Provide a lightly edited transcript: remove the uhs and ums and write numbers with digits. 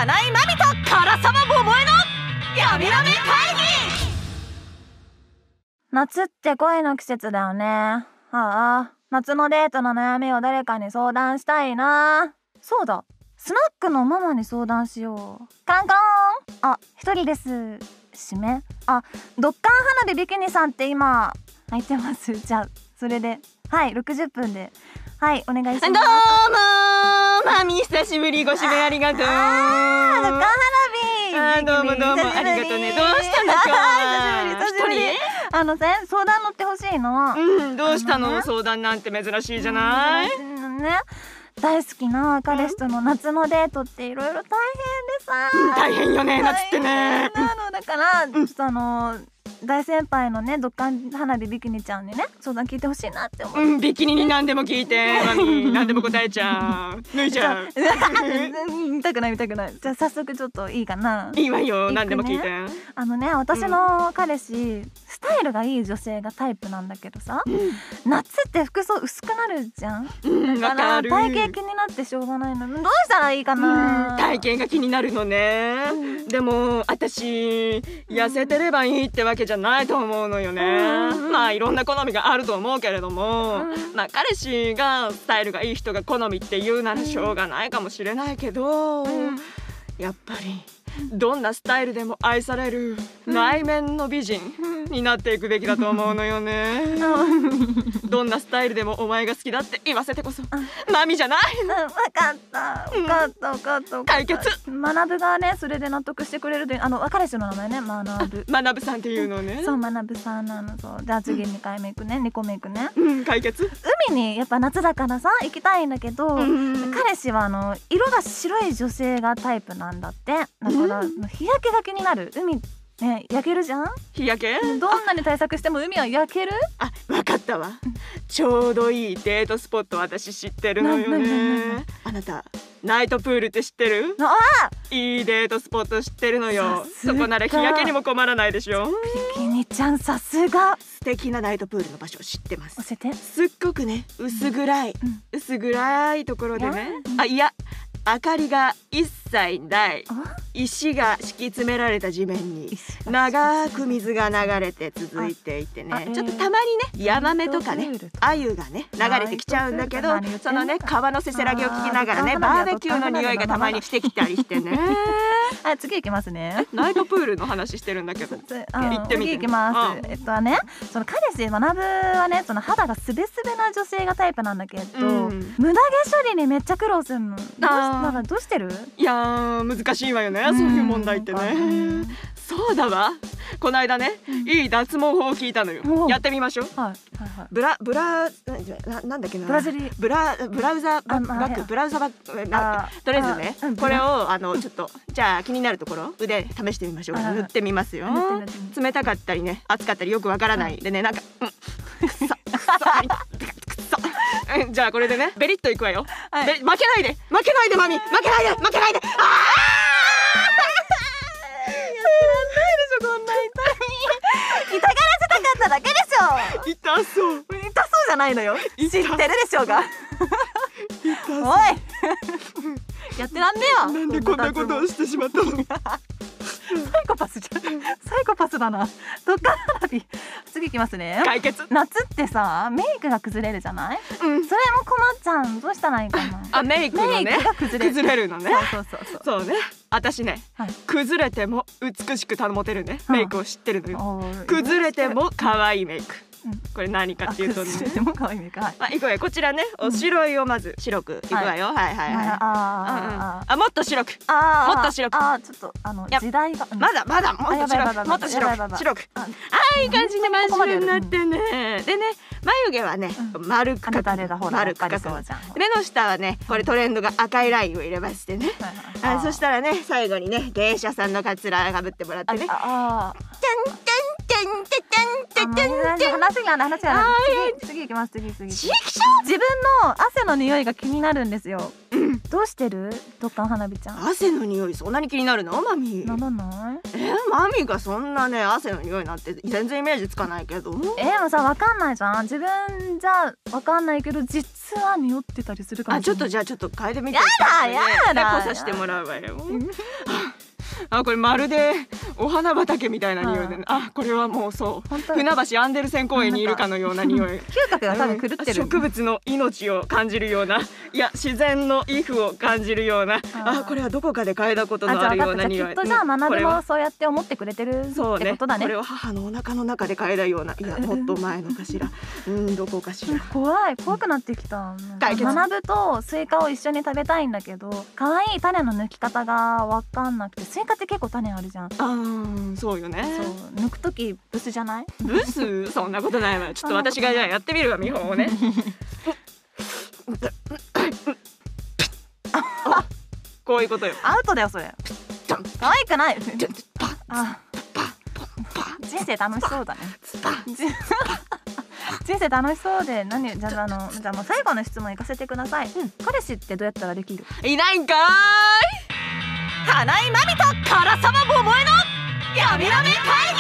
金井真美と唐沢桃江のやみらめ会議。 夏って恋の季節だよね。ああ、夏のデートの悩みを誰かに相談したいな。そうだ、スナックのママに相談しよう。カランカラン。あ、一人です。締め。あ、ドッカン花火ビキニさんって今空いてます。じゃあそれで、はい、60分で、はい、お願いします。 どうもマミ、久しぶり。ご指名ありがとう。 ドッカン花火。 どうもどうもありがとうね。どうしたの今日は。 久しぶり。相談乗ってほしいの。 どうしたの。相談なんて珍しいじゃない。 ね、大好きな彼氏との夏のデートっていろいろ大変でさ。 大変よね、夏ってね。 だからちょっと大先輩のね、ドッカン花火ビキニちゃんにね、相談聞いてほしいなって思う。 ビキニに何でも聞いて、マミ何でも答えちゃう。脱いじゃう。 見たくない見たくない。じゃあ早速ちょっといいかな。 いいわよ、何でも聞いて。 私の彼氏、スタイルがいい女性がタイプなんだけどさ、夏って服装薄くなるじゃん。だから体型気になってしょうがないの。どうしたらいいかな。 体型が気になるのね。でも私痩せてればいいってわけじゃないと思うのよね。まあいろんな好みがあると思うけれども、まあ彼氏がスタイルがいい人が好みって言うならしょうがないかもしれないけど、やっぱりどんなスタイルでも愛される内面の美人になっていくべきだと思うのよね。どんなスタイルでもお前が好きだって言わせてこそマミじゃない。 わかった解決。 学ぶがね、それで納得してくれるで、彼氏の名前ね、 学ぶさんっていうのね。 そう、学ぶさんなの。そう、じゃあ次2回目いくね、2個目いくね。 解決。 海にやっぱ夏だからさ行きたいんだけど、彼氏は色が白い女性がタイプなんだって。だから日焼けが気になる。海ね、焼けるじゃん。日焼けどんなに対策しても海は焼ける。 あ、わかったわ。ちょうどいいデートスポット私知ってるのよね。あなたナイトプールって知ってる？いいデートスポット知ってるのよ。そこなら日焼けにも困らないでしょ。 ビキニちゃんさすが。 素敵なナイトプールの場所を知ってます。 教えて。 すっごくね、薄暗いところでね、いや明かりが一切ない石が敷き詰められた地面に長く水が流れて続いていてね、ちょっとたまにねヤマメとかね鮎がね流れてきちゃうんだけど、そのね川のせせらぎを聞きながらねバーベキューの匂いがたまにしてきたりしてね。 はい、次行きますね。 ナイトプールの話してるんだけど行ってみて。 次行きます。その彼氏学ぶはね、その肌がすべすべな女性がタイプなんだけど、無駄毛処理にめっちゃ苦労するの。どうしてる？ いやー難しいわよね、そういう問題ってね。そうだわ、この間ね、いい脱毛法を聞いたのよ。やってみましょう。なんだっけな、ブラウザバッグ、ブラウザバッグ、とりあえずねこれをちょっとじゃあ気になるところ腕試してみましょう。塗ってみますよ。冷たかったりね熱かったりよくわからないでね、なんかくっそじゃあこれでねベリッといくわよ。負けないでマミ、負けないで。 やってらんないでしょ、こんな痛がらせたかっただけでしょ。 痛そうじゃないのよ。知ってるでしょうが。おいやってらんねえよ。 なんでこんなことをしてしまったの。 サイコパスじゃん。サイコパスだな。ドッカン花火。次いきますね。 解決。 夏ってさメイクが崩れるじゃない？それも困っちゃう。どうしたらいいかな。 メイクのね崩れるのね。そうね。私ね、崩れても美しく保てるねメイクを知ってるのよ。崩れても可愛いメイク。これ何かっていうとね、いくわよ。こちらね、お白いをまず白くいくわよ。もっと白く、ちょっと時代がまだもっと白く、いい感じで真っ白になってね。でね、眉毛はね丸く描く。目の下はねこれトレンドが赤いラインを入れましてね、そしたらね最後にね芸者さんのカツラかぶってもらってね、次行きます。自分の汗の匂いが気になるんですよ。 どうしてる？どっかん花火ちゃん。 汗の匂いそんなに気になるのマミ？ ならない？ マミがそんなね汗の匂いなんて全然イメージつかないけど。でもさわかんないじゃん。自分じゃわかんないけど実は匂ってたりするかもしれない。 じゃあちょっと嗅いでみて。 やだ。 こさしてもらうわよ。これまるでお花畑みたいな匂いで、これはもうそう船橋アンデルセン公園にいるかのような匂い。 嗅覚が多分狂ってる。 植物の命を感じるような、いや自然の衣服を感じるような、これはどこかで嗅いだことのあるような匂い。 きっとじゃあ学ぶもそうやって思ってくれてるってことだね。 これは母のお腹の中で嗅いだような、いやもっと前のかしら。どこかしら。 怖くなってきた。学ぶとスイカを一緒に食べたいんだけど、可愛い種の抜き方がわかんなくて、スイカって結構種あるじゃん。 そうよね。 抜くときブスじゃない？ ブス？そんなことないわ。ちょっと私がじゃあやってみるわ、見本をね。こういうことよ。 アウトだよそれ。可愛くない。人生楽しそうだね。人生楽しそうで、じゃあもう最後の質問行かせてください。彼氏ってどうやったらできる？ いないんかーい。 花井真美と唐沢桃江のやみなみ会